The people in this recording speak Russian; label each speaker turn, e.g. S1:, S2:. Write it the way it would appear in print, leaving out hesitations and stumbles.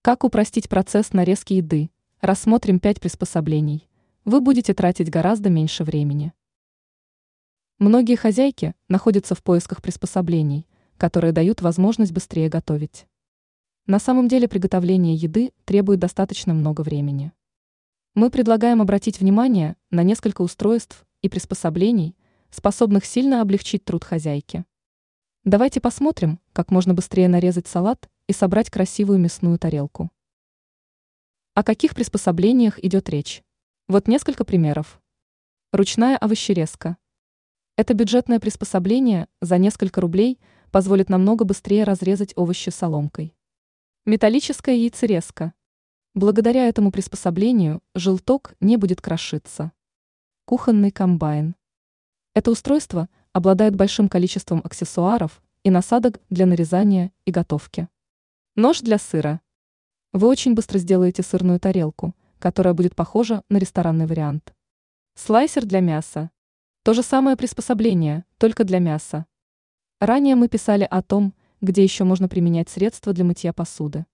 S1: Как упростить процесс нарезки еды? Рассмотрим 5 приспособлений. Вы будете тратить гораздо меньше времени. Многие хозяйки находятся в поисках приспособлений, которые дают возможность быстрее готовить. На самом деле приготовление еды требует достаточно много времени. Мы предлагаем обратить внимание на несколько устройств и приспособлений, способных сильно облегчить труд хозяйки. Давайте посмотрим, как можно быстрее нарезать салат и собрать красивую мясную тарелку. О каких приспособлениях идет речь? Вот несколько примеров. Ручная овощерезка. Это бюджетное приспособление за несколько рублей позволит намного быстрее разрезать овощи соломкой. Металлическая яйцерезка. Благодаря этому приспособлению желток не будет крошиться. Кухонный комбайн. Это устройство обладает большим количеством аксессуаров и насадок для нарезания и готовки. Нож для сыра. Вы очень быстро сделаете сырную тарелку, которая будет похожа на ресторанный вариант. Слайсер для мяса. То же самое приспособление, только для мяса. Ранее мы писали о том, где еще можно применять средства для мытья посуды.